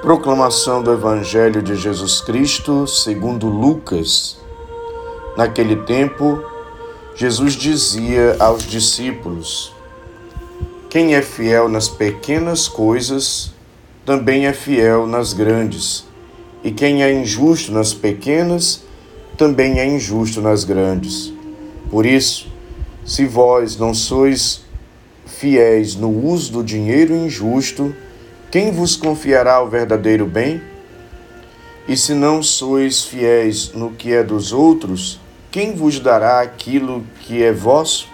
Proclamação do Evangelho de Jesus Cristo segundo Lucas. Naquele tempo, Jesus dizia aos discípulos: quem é fiel nas pequenas coisas, também é fiel nas grandes. E quem é injusto nas pequenas, também é injusto nas grandes. Por isso, se vós não sois fiéis no uso do dinheiro injusto, quem vos confiará o verdadeiro bem? E se não sois fiéis no que é dos outros, quem vos dará aquilo que é vosso?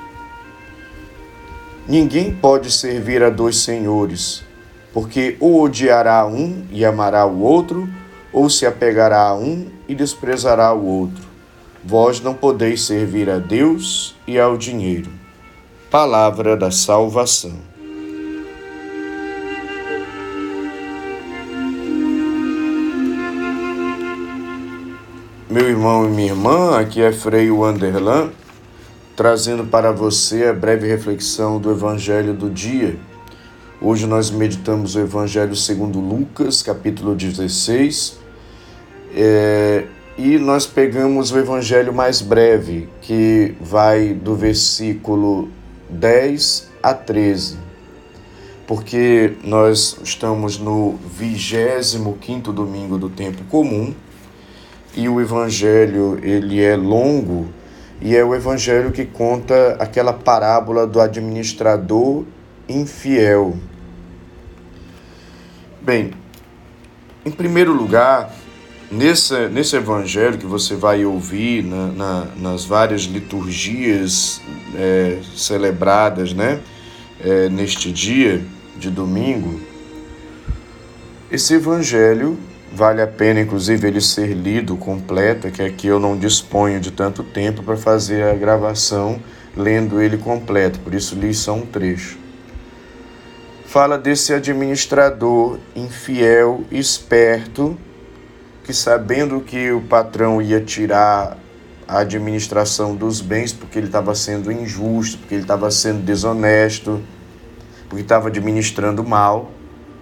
Ninguém pode servir a dois senhores, porque ou odiará um e amará o outro, ou se apegará a um e desprezará o outro. Vós não podeis servir a Deus e ao dinheiro. Palavra da salvação. Meu irmão e minha irmã, aqui é Frei Wanderlan, trazendo para você a breve reflexão do Evangelho do dia. Hoje nós meditamos o Evangelho segundo Lucas, capítulo 16, e nós pegamos o Evangelho mais breve, que vai do versículo 10 a 13, porque nós estamos no 25º domingo do tempo comum, e o Evangelho, ele é longo, e é o Evangelho que conta aquela parábola do administrador infiel. Bem, em primeiro lugar, nesse Evangelho que você vai ouvir nas várias liturgias celebradas, neste dia de domingo, esse Evangelho vale a pena, inclusive, ele ser lido completo, que aqui eu não disponho de tanto tempo para fazer a gravação lendo ele completo, por isso li só um trecho. Fala desse administrador infiel, esperto, que sabendo que o patrão ia tirar a administração dos bens porque ele estava sendo injusto, porque ele estava sendo desonesto, porque estava administrando mal,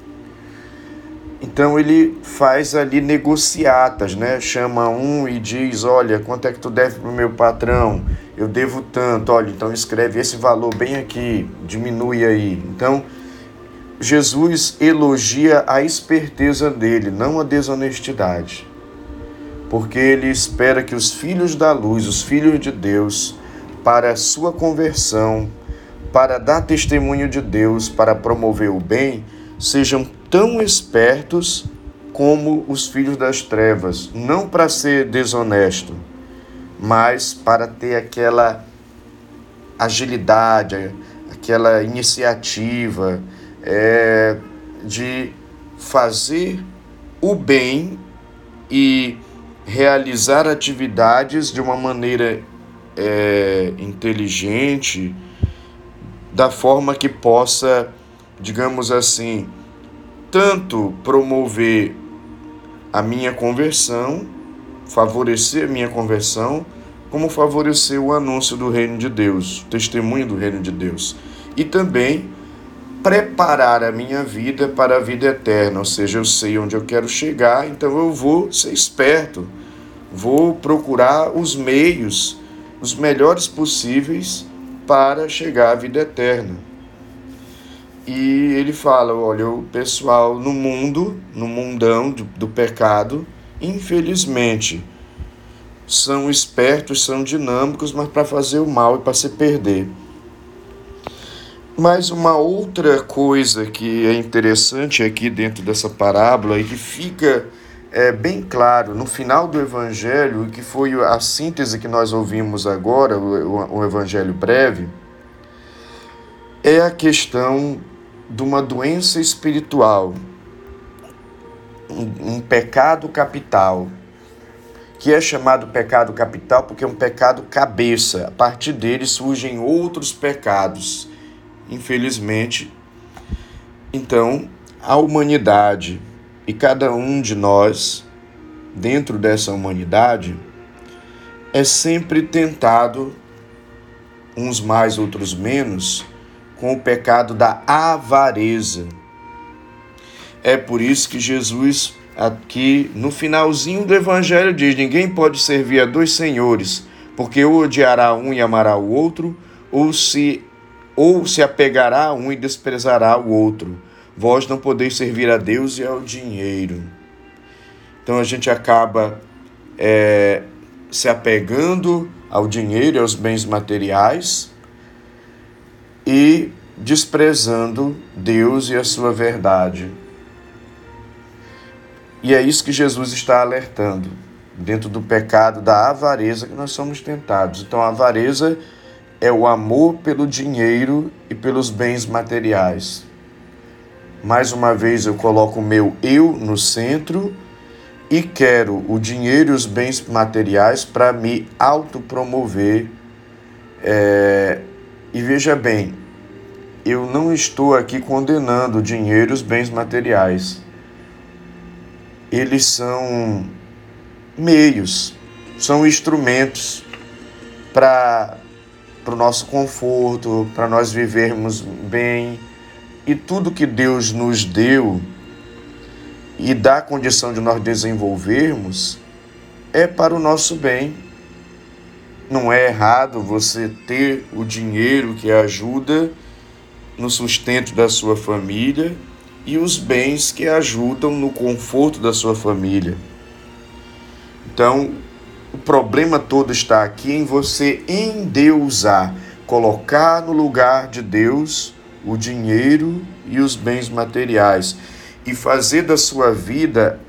então ele faz ali negociatas, Chama um e diz: olha, quanto é que tu deve para o meu patrão? Eu devo tanto, olha, então escreve esse valor bem aqui, diminui aí. Então, Jesus elogia a esperteza dele, não a desonestidade. Porque ele espera que os filhos da luz, os filhos de Deus, para a sua conversão, para dar testemunho de Deus, para promover o bem, sejam tão espertos como os filhos das trevas, não para ser desonesto, mas para ter aquela agilidade, aquela iniciativa de fazer o bem e realizar atividades de uma maneira inteligente, da forma que possa, digamos assim, tanto promover a minha conversão, favorecer a minha conversão, como favorecer o anúncio do reino de Deus, o testemunho do reino de Deus. E também preparar a minha vida para a vida eterna, ou seja, eu sei onde eu quero chegar, então eu vou ser esperto, vou procurar os meios, os melhores possíveis para chegar à vida eterna. E ele fala, olha, o pessoal no mundão do pecado, infelizmente, são espertos, são dinâmicos, mas para fazer o mal e para se perder. Mas uma outra coisa que é interessante aqui dentro dessa parábola e que fica bem claro no final do Evangelho, e que foi a síntese que nós ouvimos agora, o Evangelho breve, é a questão de uma doença espiritual, um pecado capital, que é chamado pecado capital porque é um pecado cabeça. A partir dele surgem outros pecados, infelizmente. Então, a humanidade e cada um de nós, dentro dessa humanidade, é sempre tentado, uns mais, outros menos, com o pecado da avareza. É por isso que Jesus, aqui no finalzinho do Evangelho, diz: ninguém pode servir a dois senhores, porque ou odiará um e amará o outro, ou se apegará a um e desprezará o outro. Vós não podeis servir a Deus e ao dinheiro. Então a gente acaba se apegando ao dinheiro e aos bens materiais e desprezando Deus e a sua verdade. E é isso que Jesus está alertando, dentro do pecado da avareza que nós somos tentados. Então a avareza é o amor pelo dinheiro e pelos bens materiais. Mais uma vez eu coloco o meu eu no centro e quero o dinheiro e os bens materiais para me autopromover. E veja bem, eu não estou aqui condenando o dinheiro e os bens materiais. Eles são meios, são instrumentos para o nosso conforto, para nós vivermos bem. E tudo que Deus nos deu e dá a condição de nós desenvolvermos é para o nosso bem. Não é errado você ter o dinheiro que ajuda no sustento da sua família e os bens que ajudam no conforto da sua família. Então, o problema todo está aqui em você endeusar, colocar no lugar de Deus o dinheiro e os bens materiais e fazer da sua vida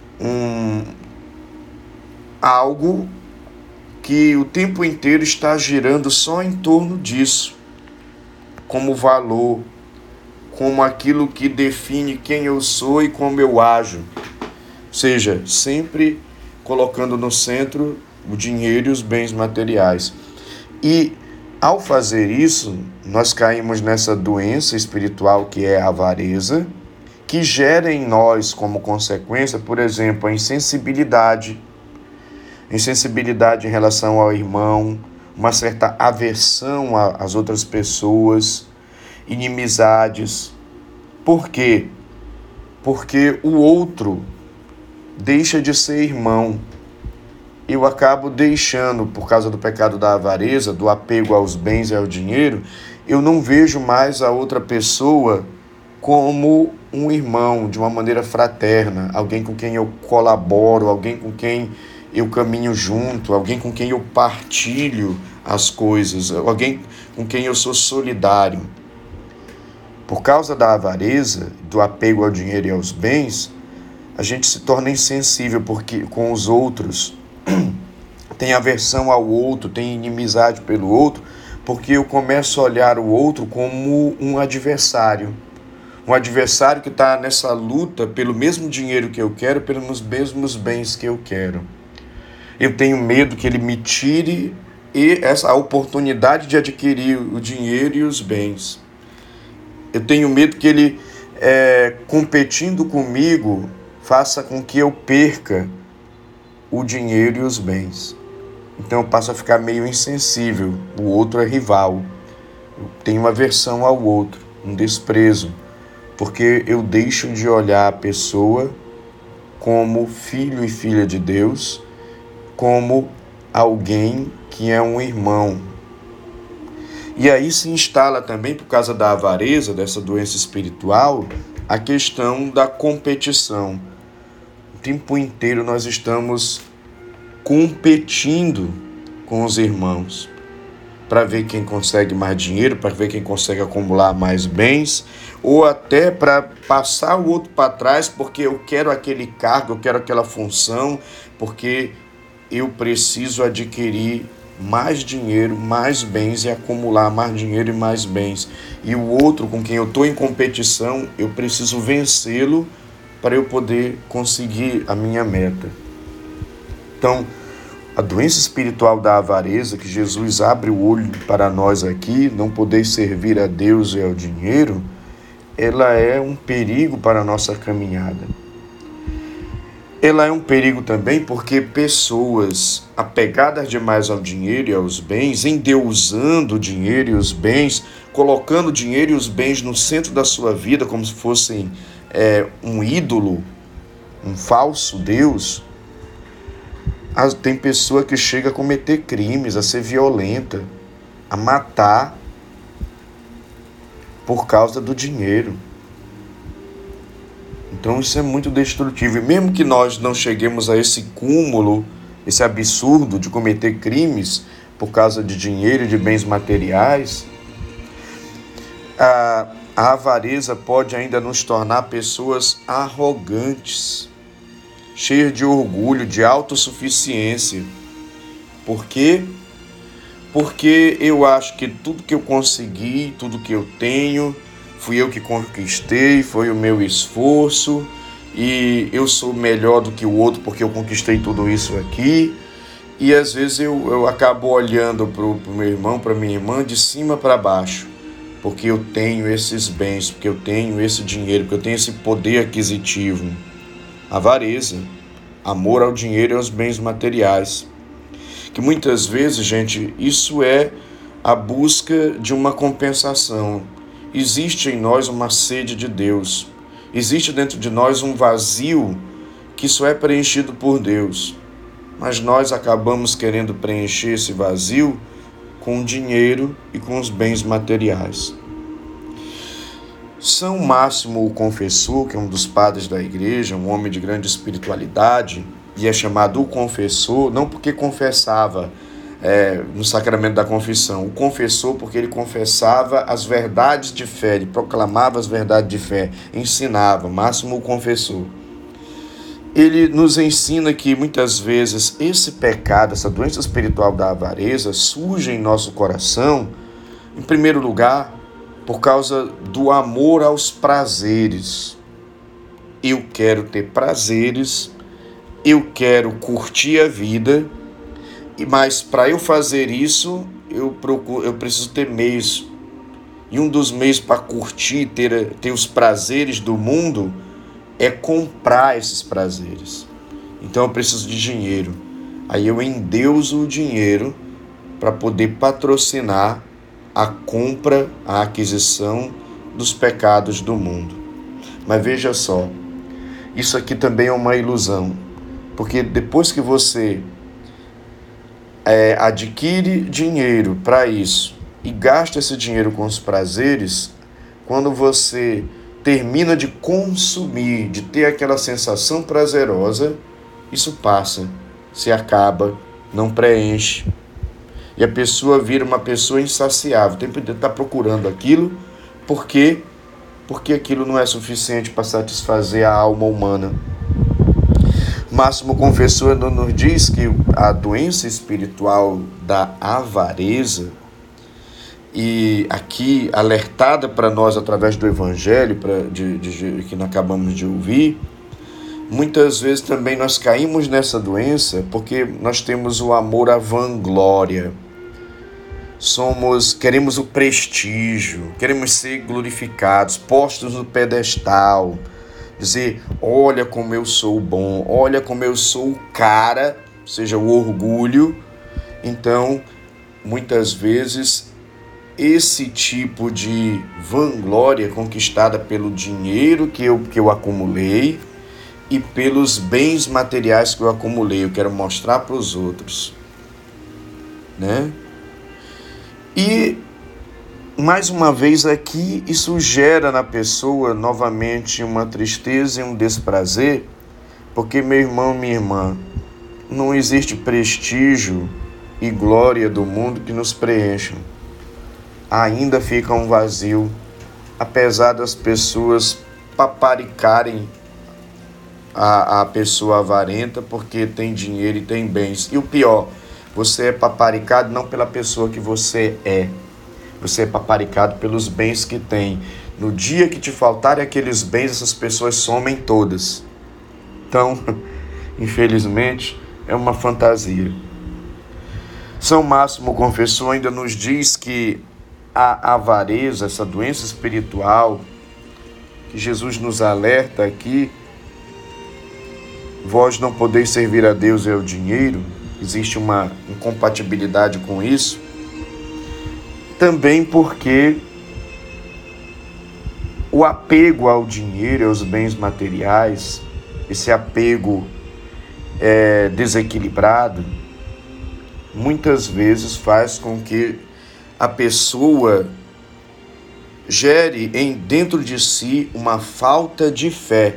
algo que o tempo inteiro está girando só em torno disso, como valor, como aquilo que define quem eu sou e como eu ajo. Ou seja, sempre colocando no centro o dinheiro e os bens materiais. E ao fazer isso, nós caímos nessa doença espiritual que é a avareza, que gera em nós como consequência, por exemplo, a insensibilidade em relação ao irmão, uma certa aversão às outras pessoas, inimizades. Por quê? Porque o outro deixa de ser irmão. Eu acabo deixando, por causa do pecado da avareza, do apego aos bens e ao dinheiro, eu não vejo mais a outra pessoa como um irmão, de uma maneira fraterna, alguém com quem eu colaboro, alguém com quem eu caminho junto, alguém com quem eu partilho as coisas, alguém com quem eu sou solidário. Por causa da avareza, do apego ao dinheiro e aos bens, a gente se torna insensível com os outros, tem aversão ao outro, tem inimizade pelo outro, porque eu começo a olhar o outro como um adversário que está nessa luta pelo mesmo dinheiro que eu quero, pelos mesmos bens que eu quero. Eu tenho medo que ele me tire a oportunidade de adquirir o dinheiro e os bens. Eu tenho medo que ele, competindo comigo, faça com que eu perca o dinheiro e os bens. Então eu passo a ficar meio insensível. O outro é rival. Eu tenho uma aversão ao outro, um desprezo, porque eu deixo de olhar a pessoa como filho e filha de Deus, como alguém que é um irmão. E aí se instala também, por causa da avareza, dessa doença espiritual, a questão da competição. O tempo inteiro nós estamos competindo com os irmãos para ver quem consegue mais dinheiro, para ver quem consegue acumular mais bens, ou até para passar o outro para trás, porque eu quero aquele cargo, eu quero aquela função, porque eu preciso adquirir mais dinheiro, mais bens e acumular mais dinheiro e mais bens. E o outro com quem eu estou em competição, eu preciso vencê-lo para eu poder conseguir a minha meta. Então, a doença espiritual da avareza, que Jesus abre o olho para nós aqui, não poder servir a Deus e ao dinheiro, ela é um perigo para a nossa caminhada. Ela é um perigo também porque pessoas apegadas demais ao dinheiro e aos bens, endeusando o dinheiro e os bens, colocando o dinheiro e os bens no centro da sua vida como se fossem um ídolo, um falso Deus, tem pessoa que chega a cometer crimes, a ser violenta, a matar por causa do dinheiro. Então isso é muito destrutivo. E mesmo que nós não cheguemos a esse cúmulo, esse absurdo de cometer crimes por causa de dinheiro e de bens materiais, a avareza pode ainda nos tornar pessoas arrogantes, cheias de orgulho, de autossuficiência. Por quê? Porque eu acho que tudo que eu consegui, tudo que eu tenho, fui eu que conquistei, foi o meu esforço, e eu sou melhor do que o outro porque eu conquistei tudo isso aqui. E às vezes eu acabo olhando para o meu irmão, para minha irmã, de cima para baixo, porque eu tenho esses bens, porque eu tenho esse dinheiro, porque eu tenho esse poder aquisitivo. Avareza, amor ao dinheiro e aos bens materiais. Que muitas vezes, gente, isso é a busca de uma compensação. Existe em nós uma sede de Deus. Existe dentro de nós um vazio que só é preenchido por Deus. Mas nós acabamos querendo preencher esse vazio com o dinheiro e com os bens materiais. São Máximo o Confessor, que é um dos padres da igreja, um homem de grande espiritualidade, e é chamado o confessor, não porque confessava no sacramento da confissão, o confessor porque ele confessava as verdades de fé, ele proclamava as verdades de fé, ensinava, Máximo o Confessor. Ele nos ensina que muitas vezes esse pecado, essa doença espiritual da avareza, surge em nosso coração, em primeiro lugar, por causa do amor aos prazeres. Eu quero ter prazeres, eu quero curtir a vida, mas para eu fazer isso, eu preciso ter meios. E um dos meios para curtir, ter os prazeres do mundo, é comprar esses prazeres. Então eu preciso de dinheiro. Aí eu endeuso o dinheiro para poder patrocinar a compra, a aquisição dos pecados do mundo. Mas veja só, isso aqui também é uma ilusão, porque depois que você adquire dinheiro para isso e gasta esse dinheiro com os prazeres, quando você termina de consumir, de ter aquela sensação prazerosa, isso passa, se acaba, não preenche. E a pessoa vira uma pessoa insaciável, o tempo inteiro está procurando aquilo, porque aquilo não é suficiente para satisfazer a alma humana. Máximo Confessor nos diz que a doença espiritual da avareza, e aqui alertada para nós através do Evangelho que nós acabamos de ouvir, muitas vezes também nós caímos nessa doença porque nós temos o amor à vanglória. Queremos o prestígio, queremos ser glorificados, postos no pedestal, dizer, olha como eu sou bom, olha como eu sou o cara, ou seja, o orgulho. Então, muitas vezes, esse tipo de vanglória conquistada pelo dinheiro que eu acumulei e pelos bens materiais que eu acumulei, eu quero mostrar para os outros, né? E, mais uma vez aqui, isso gera na pessoa novamente uma tristeza e um desprazer, porque, meu irmão, minha irmã, não existe prestígio e glória do mundo que nos preencham. Ainda fica um vazio, apesar das pessoas paparicarem a pessoa avarenta porque tem dinheiro e tem bens. E o pior, você é paparicado não pela pessoa que você é paparicado pelos bens que tem. No dia que te faltarem aqueles bens, essas pessoas somem todas. Então, infelizmente, é uma fantasia. São Máximo Confessor ainda nos diz que a avareza, essa doença espiritual, que Jesus nos alerta aqui, vós não podeis servir a Deus e ao dinheiro, existe uma incompatibilidade com isso, também porque O apego ao dinheiro e aos bens materiais, esse apego desequilibrado, muitas vezes faz com que a pessoa gere dentro de si uma falta de fé.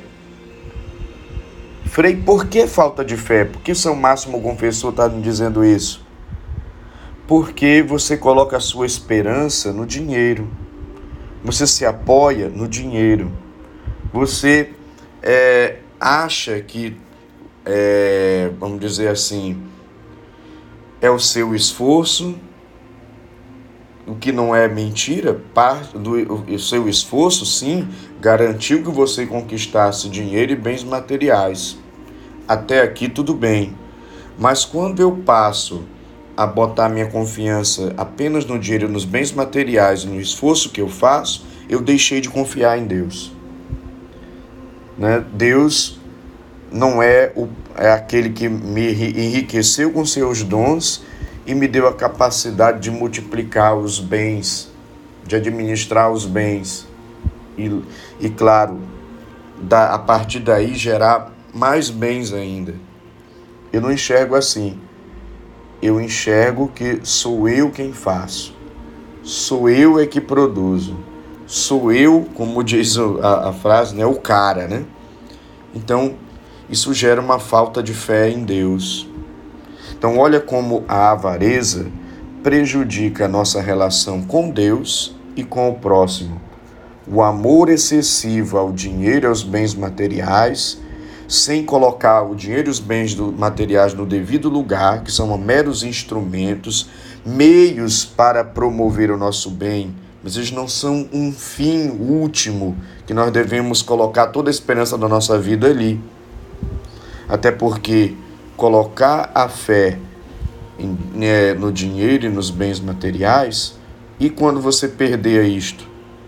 Frei, por que falta de fé? Por que São Máximo Confessor está me dizendo isso? Porque você coloca a sua esperança no dinheiro. Você se apoia no dinheiro. Você acha que, vamos dizer assim, é o seu esforço, o que não é mentira. Parte do seu esforço, sim, garantiu que você conquistasse dinheiro e bens materiais. Até aqui tudo bem. Mas quando eu passo a botar minha confiança apenas no dinheiro, nos bens materiais, no esforço que eu faço, eu deixei de confiar em Deus. Né? Deus não é aquele que me enriqueceu com seus dons e me deu a capacidade de multiplicar os bens, de administrar os bens e claro, a partir daí gerar mais bens ainda. Eu não enxergo assim. Eu enxergo que sou eu quem faço. Sou eu que produzo. Sou eu, como diz a frase, né, o cara, né? Então, isso gera uma falta de fé em Deus. Então, olha como a avareza prejudica a nossa relação com Deus e com o próximo. O amor excessivo ao dinheiro e aos bens materiais, sem colocar o dinheiro e os bens materiais no devido lugar, que são meros instrumentos, meios para promover o nosso bem, mas eles não são um fim último que nós devemos colocar toda a esperança da nossa vida ali. Até porque colocar a fé no dinheiro e nos bens materiais, e quando você perder isto?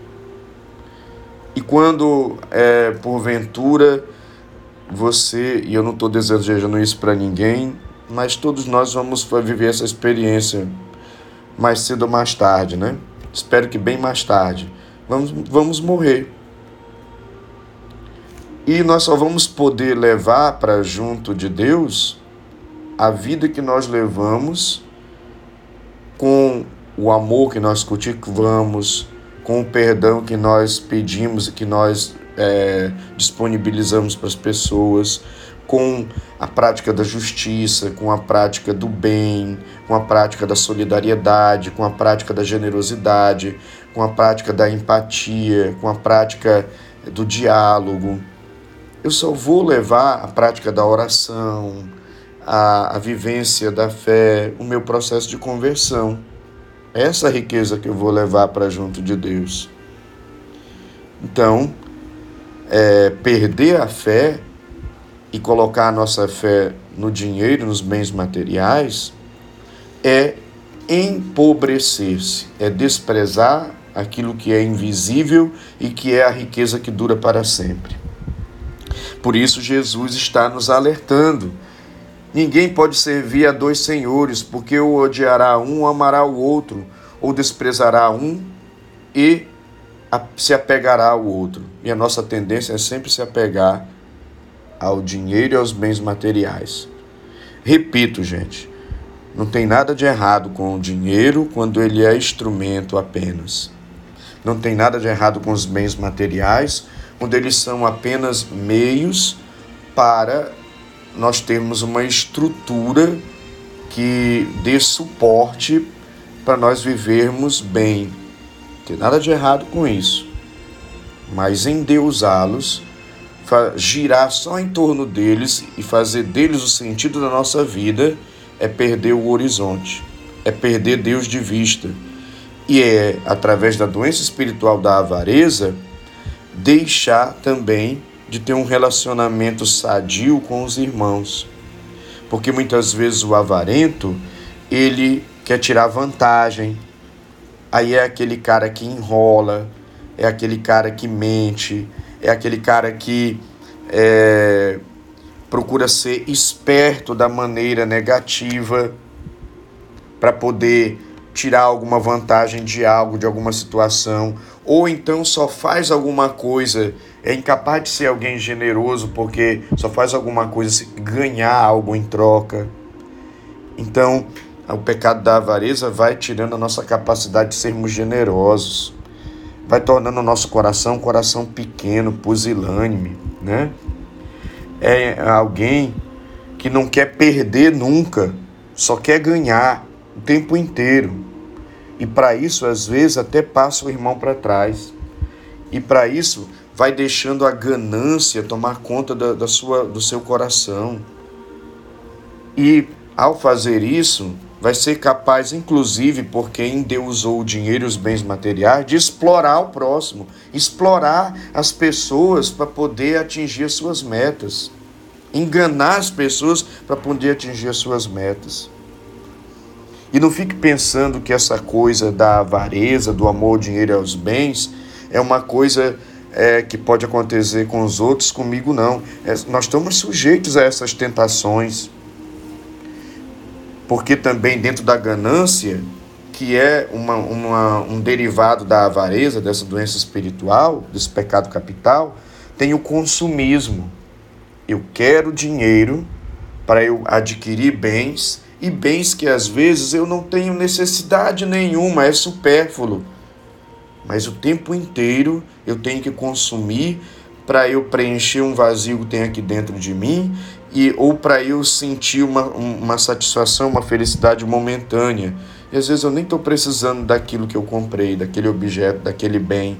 E quando, porventura, você, e eu não estou desejando isso para ninguém, mas todos nós vamos viver essa experiência mais cedo ou mais tarde, né? Espero que bem mais tarde. Vamos morrer. E nós só vamos poder levar para junto de Deus a vida que nós levamos com o amor que nós cultivamos, com o perdão que nós pedimos e que nós disponibilizamos para as pessoas, com a prática da justiça, com a prática do bem, com a prática da solidariedade, com a prática da generosidade, com a prática da empatia, com a prática do diálogo. Eu só vou levar a prática da oração, a vivência da fé, o meu processo de conversão. Essa riqueza que eu vou levar para junto de Deus. Então, perder a fé e colocar a nossa fé no dinheiro, nos bens materiais, é empobrecer-se, é desprezar aquilo que é invisível e que é a riqueza que dura para sempre. Por isso, Jesus está nos alertando. Ninguém pode servir a dois senhores, porque ou odiará um ou amará o outro, ou desprezará um e se apegará ao outro. E a nossa tendência é sempre se apegar ao dinheiro e aos bens materiais. Repito, gente, não tem nada de errado com o dinheiro quando ele é instrumento apenas. Não tem nada de errado com os bens materiais quando eles são apenas meios para nós termos uma estrutura que dê suporte para nós vivermos bem. Não tem nada de errado com isso. Mas endeusá-los, girar só em torno deles e fazer deles o sentido da nossa vida é perder o horizonte, é perder Deus de vista. E é, através da doença espiritual da avareza, deixar também de ter um relacionamento sadio com os irmãos. Porque muitas vezes o avarento, ele quer tirar vantagem. Aí é aquele cara que enrola, é aquele cara que mente, é aquele cara que procura ser esperto da maneira negativa para poder tirar alguma vantagem de algo, de alguma situação, ou então só faz alguma coisa, é incapaz de ser alguém generoso porque só faz alguma coisa se ganhar algo em troca. Então, o pecado da avareza vai tirando a nossa capacidade de sermos generosos, vai tornando o nosso coração um coração pequeno, pusilânime, né? É alguém que não quer perder nunca, só quer ganhar o tempo inteiro. E para isso, às vezes, até passa o irmão para trás. E para isso, vai deixando a ganância tomar conta do seu coração. E, ao fazer isso, vai ser capaz, inclusive, porque endeusou o dinheiro e os bens materiais, de explorar o próximo, explorar as pessoas para poder atingir as suas metas. Enganar as pessoas para poder atingir as suas metas. E não fique pensando que essa coisa da avareza, do amor ao dinheiro e aos bens, é uma coisa que pode acontecer com os outros, comigo não. Nós estamos sujeitos a essas tentações. Porque também dentro da ganância, que é um derivado da avareza, dessa doença espiritual, desse pecado capital, tem o consumismo. Eu quero dinheiro para eu adquirir bens, e bens que às vezes eu não tenho necessidade nenhuma, é supérfluo. Mas o tempo inteiro eu tenho que consumir para eu preencher um vazio que tem aqui dentro de mim, ou para eu sentir uma satisfação, uma felicidade momentânea. E às vezes eu nem estou precisando daquilo que eu comprei, daquele objeto, daquele bem.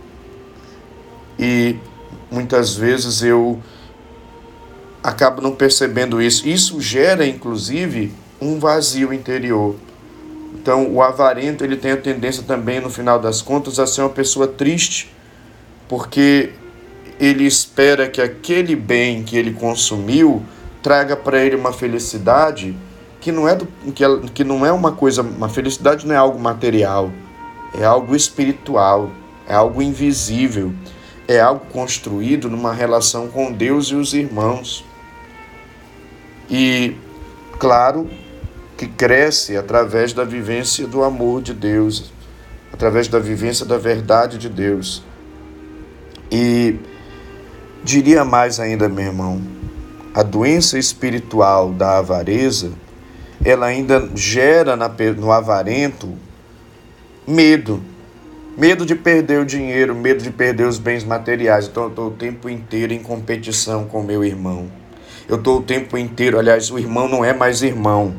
E muitas vezes eu acabo não percebendo isso. Isso gera, inclusive, um vazio interior. Então, o avarento, ele tem a tendência também, no final das contas, a ser uma pessoa triste, porque ele espera que aquele bem que ele consumiu traga para ele uma felicidade que não é uma coisa, uma felicidade não é algo material, é algo espiritual, é algo invisível, é algo construído numa relação com Deus e os irmãos. E, claro, que cresce através da vivência do amor de Deus, através da vivência da verdade de Deus. E diria mais ainda, meu irmão, a doença espiritual da avareza, ela ainda gera no avarento medo. Medo de perder o dinheiro, medo de perder os bens materiais. Então eu estou o tempo inteiro em competição com o meu irmão. Eu estou o tempo inteiro, aliás, o irmão não é mais irmão.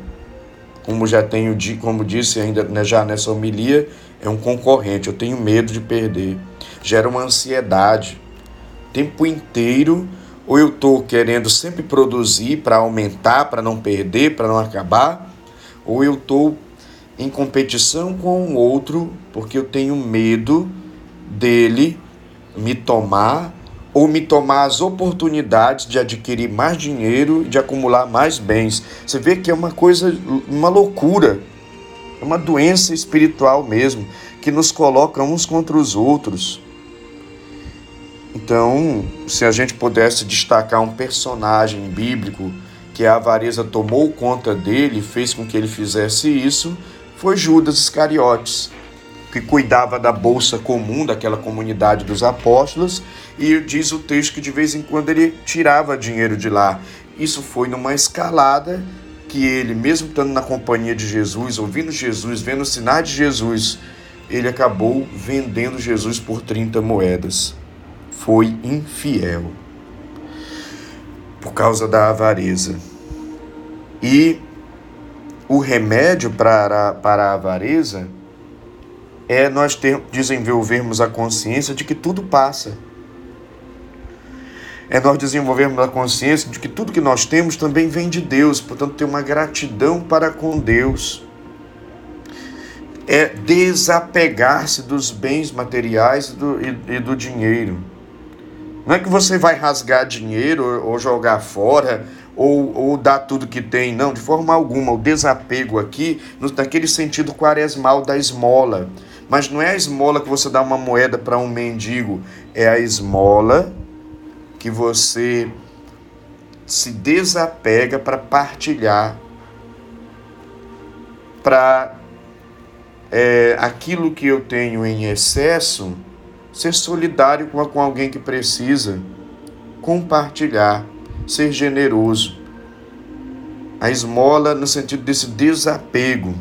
Como disse ainda já nessa homilia, é um concorrente. Eu tenho medo de perder. Gera uma ansiedade. O tempo inteiro, ou eu estou querendo sempre produzir para aumentar, para não perder, para não acabar, ou eu estou em competição com o outro, porque eu tenho medo dele me tomar, ou me tomar as oportunidades de adquirir mais dinheiro e de acumular mais bens. Você vê que é uma coisa, uma loucura, é uma doença espiritual mesmo, que nos coloca uns contra os outros. Então, se a gente pudesse destacar um personagem bíblico que a avareza tomou conta dele e fez com que ele fizesse isso, foi Judas Iscariotes, que cuidava da bolsa comum daquela comunidade dos apóstolos, e diz o texto que de vez em quando ele tirava dinheiro de lá. Isso foi numa escalada que ele, mesmo estando na companhia de Jesus, ouvindo Jesus, vendo os sinais de Jesus, ele acabou vendendo Jesus por 30 moedas. Foi infiel por causa da avareza. E o remédio para a avareza é nós desenvolvermos a consciência de que tudo passa. É nós desenvolvermos a consciência de que tudo que nós temos também vem de Deus, portanto, ter uma gratidão para com Deus. É desapegar-se dos bens materiais e do dinheiro. Não é que você vai rasgar dinheiro ou jogar fora ou dar tudo que tem, não, de forma alguma. O desapego aqui, naquele sentido quaresmal da esmola. Mas não é a esmola que você dá uma moeda para um mendigo, é a esmola que você se desapega para partilhar, para aquilo que eu tenho em excesso, ser solidário com alguém que precisa, compartilhar, ser generoso. A esmola no sentido desse desapego.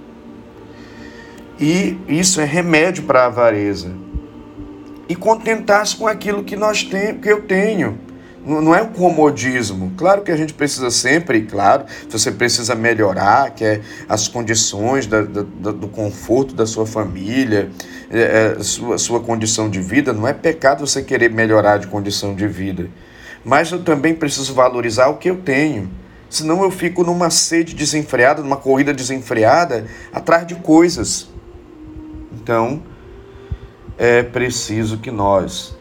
E isso é remédio para a avareza. E contentar-se com aquilo que eu tenho. Não é o comodismo. Claro que a gente precisa sempre, claro, você precisa melhorar, que é as condições do conforto da sua família, sua condição de vida. Não é pecado você querer melhorar de condição de vida. Mas eu também preciso valorizar o que eu tenho. Senão eu fico numa sede desenfreada, numa corrida desenfreada, atrás de coisas. Então, é preciso que nós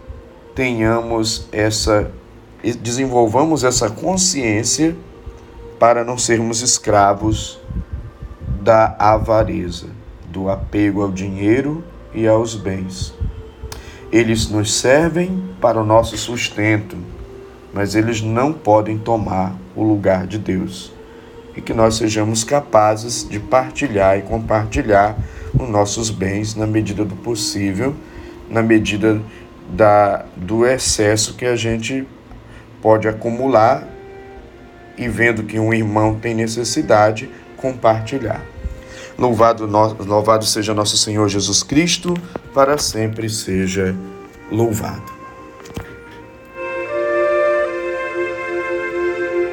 desenvolvamos essa consciência para não sermos escravos da avareza, do apego ao dinheiro e aos bens. Eles nos servem para o nosso sustento, mas eles não podem tomar o lugar de Deus. E que nós sejamos capazes de partilhar e compartilhar os nossos bens na medida do possível, na medida do excesso que a gente pode acumular e, vendo que um irmão tem necessidade, compartilhar. Louvado seja nosso Senhor Jesus Cristo, para sempre seja louvado.